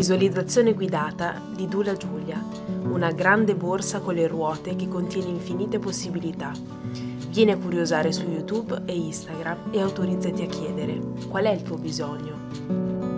Visualizzazione guidata di Dula Giulia, una grande borsa con le ruote che contiene infinite possibilità. Vieni a curiosare su YouTube e Instagram e autorizzati a chiedere: qual è il tuo bisogno?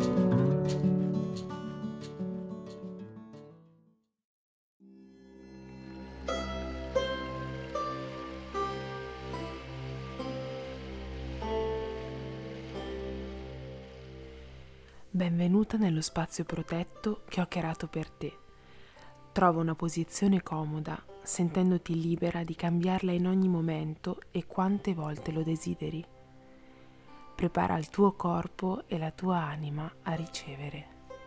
Benvenuta nello spazio protetto che ho creato per te. Trova una posizione comoda, sentendoti libera di cambiarla in ogni momento e quante volte lo desideri. Prepara il tuo corpo e la tua anima a ricevere.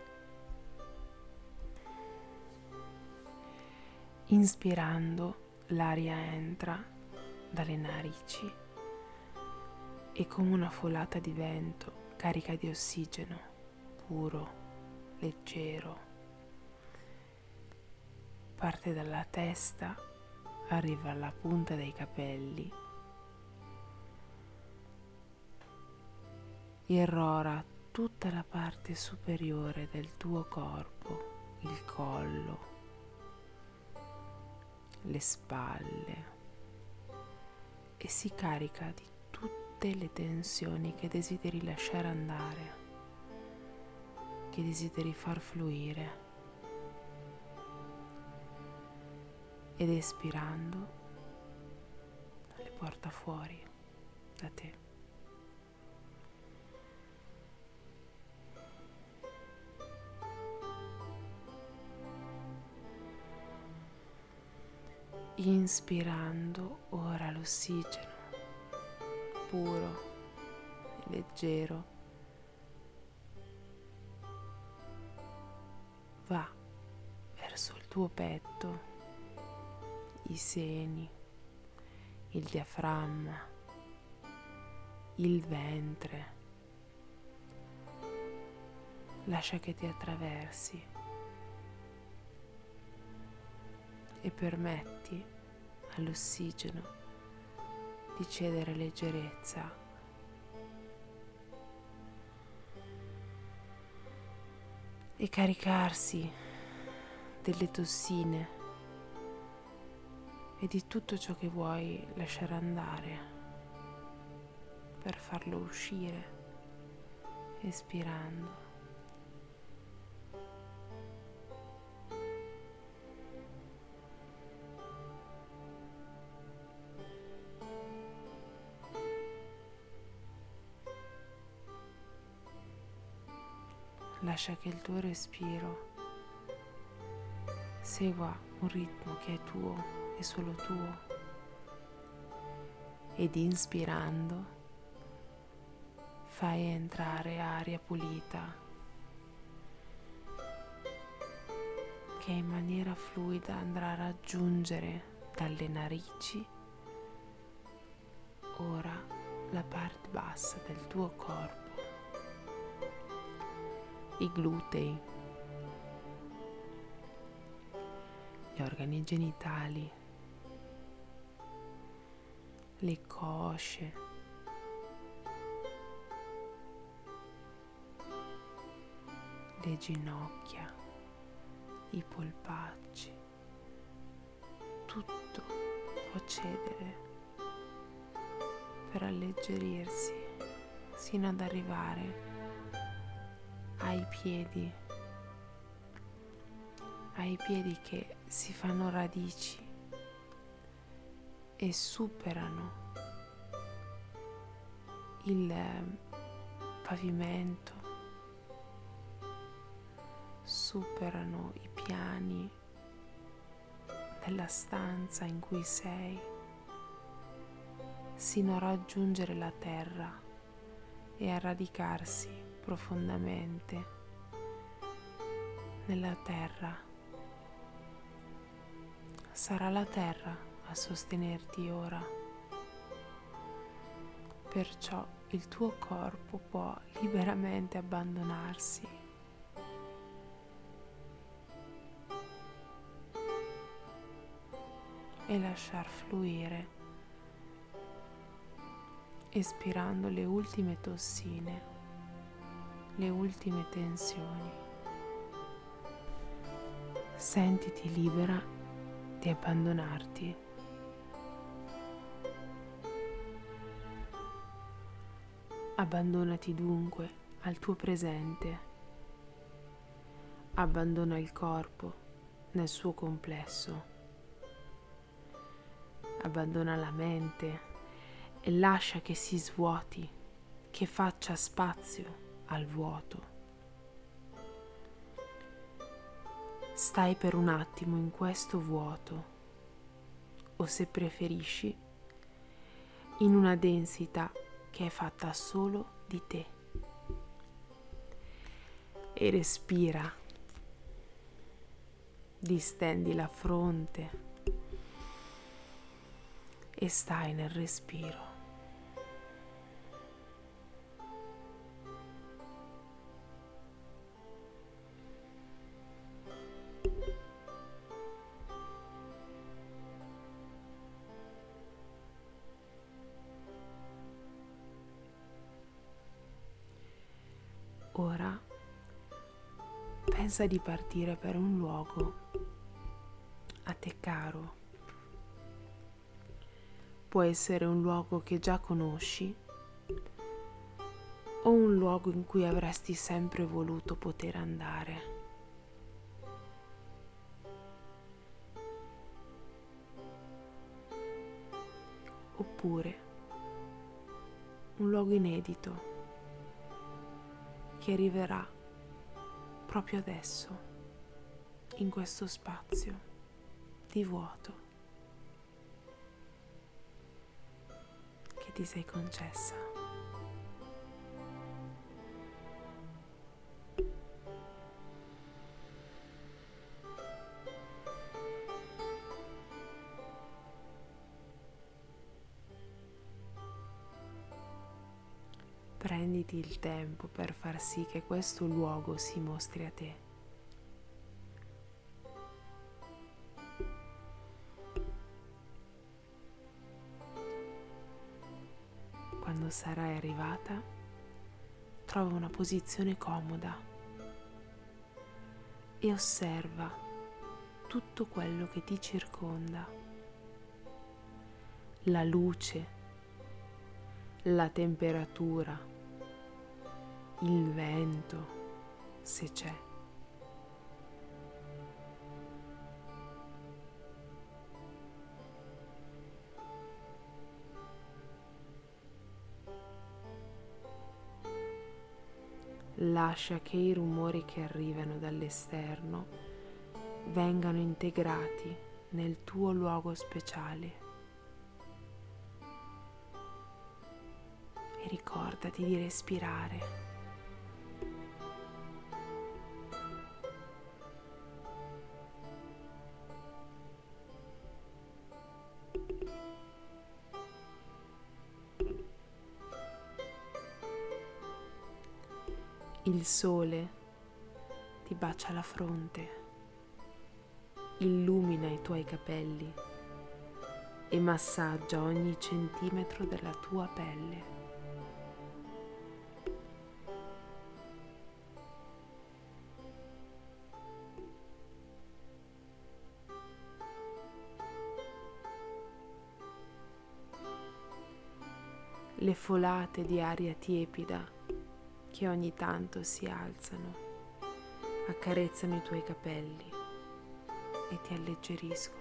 Inspirando, l'aria entra dalle narici e come una folata di vento carica di ossigeno puro, leggero. Parte dalla testa, arriva alla punta dei capelli, irrora tutta la parte superiore del tuo corpo, il collo, le spalle e si carica di tutte le tensioni che desideri lasciare andare, che desideri far fluire. Ed espirando le porta fuori da te. Inspirando ora l'ossigeno puro e leggero va verso il tuo petto, i seni, il diaframma, il ventre. Lascia che ti attraversi e permetti all'ossigeno di cedere leggerezza e caricarsi delle tossine e di tutto ciò che vuoi lasciare andare per farlo uscire, espirando. Lascia che il tuo respiro segua un ritmo che è tuo e solo tuo, ed inspirando fai entrare aria pulita che in maniera fluida andrà a raggiungere dalle narici ora la parte bassa del tuo corpo, i glutei, gli organi genitali, le cosce, le ginocchia, i polpacci. Tutto può cedere per alleggerirsi sino ad arrivare ai piedi che si fanno radici e superano il pavimento, superano i piani della stanza in cui sei, sino a raggiungere la terra e a radicarsi profondamente nella terra. Sarà la terra a sostenerti ora, perciò il tuo corpo può liberamente abbandonarsi e lasciar fluire, espirando le ultime tossine, le ultime tensioni. Sentiti libera di abbandonarti. Abbandonati dunque al tuo presente. Abbandona il corpo nel suo complesso. Abbandona la mente e lascia che si svuoti, che faccia spazio al vuoto. Stai per un attimo in questo vuoto, o se preferisci, in una densità che è fatta solo di te. E respira, distendi la fronte e stai nel respiro. Ora pensa di partire per un luogo a te caro. Può essere un luogo che già conosci o un luogo in cui avresti sempre voluto poter andare. Oppure un luogo inedito che arriverà proprio adesso, in questo spazio di vuoto che ti sei concessa. Prenditi il tempo per far sì che questo luogo si mostri a te. Quando sarai arrivata, trova una posizione comoda e osserva tutto quello che ti circonda. La luce, la temperatura, il vento, se c'è. Lascia che i rumori che arrivano dall'esterno vengano integrati nel tuo luogo speciale. E ricordati di respirare. Il sole ti bacia la fronte, illumina i tuoi capelli e massaggia ogni centimetro della tua pelle. Le folate di aria tiepida che ogni tanto si alzano, accarezzano i tuoi capelli e ti alleggeriscono.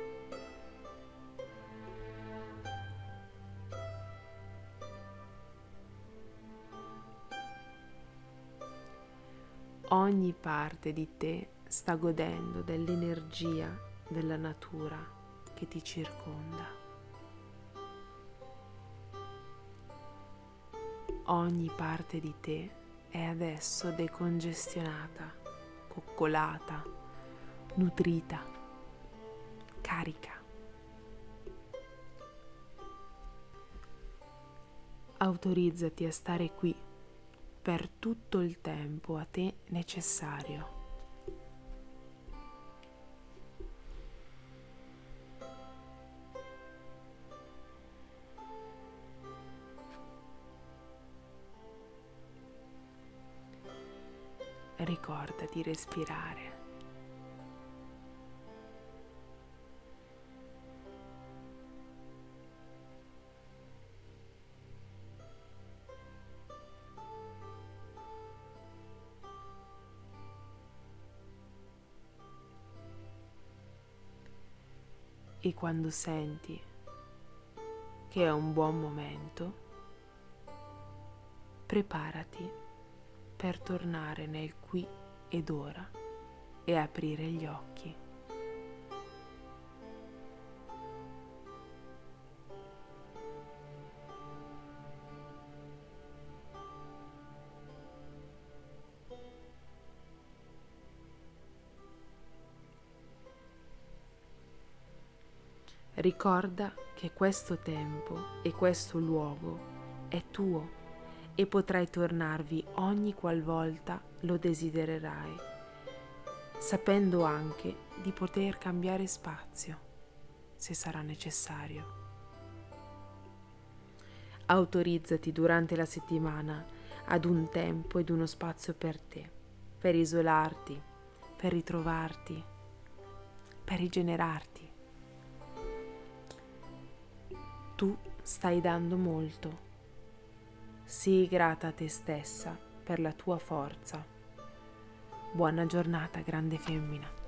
Ogni parte di te sta godendo dell'energia della natura che ti circonda. Ogni parte di te è adesso decongestionata, coccolata, nutrita, carica. Autorizzati a stare qui per tutto il tempo a te necessario. Ricorda di respirare. E quando senti che è un buon momento, preparati per tornare nel qui ed ora e aprire gli occhi. Ricorda che questo tempo e questo luogo è tuo e potrai tornarvi ogni qualvolta lo desidererai, sapendo anche di poter cambiare spazio se sarà necessario. Autorizzati durante la settimana ad un tempo ed uno spazio per te, per isolarti, per ritrovarti, per rigenerarti. Tu stai dando molto. Sii grata a te stessa per la tua forza. Buona giornata, grande femmina.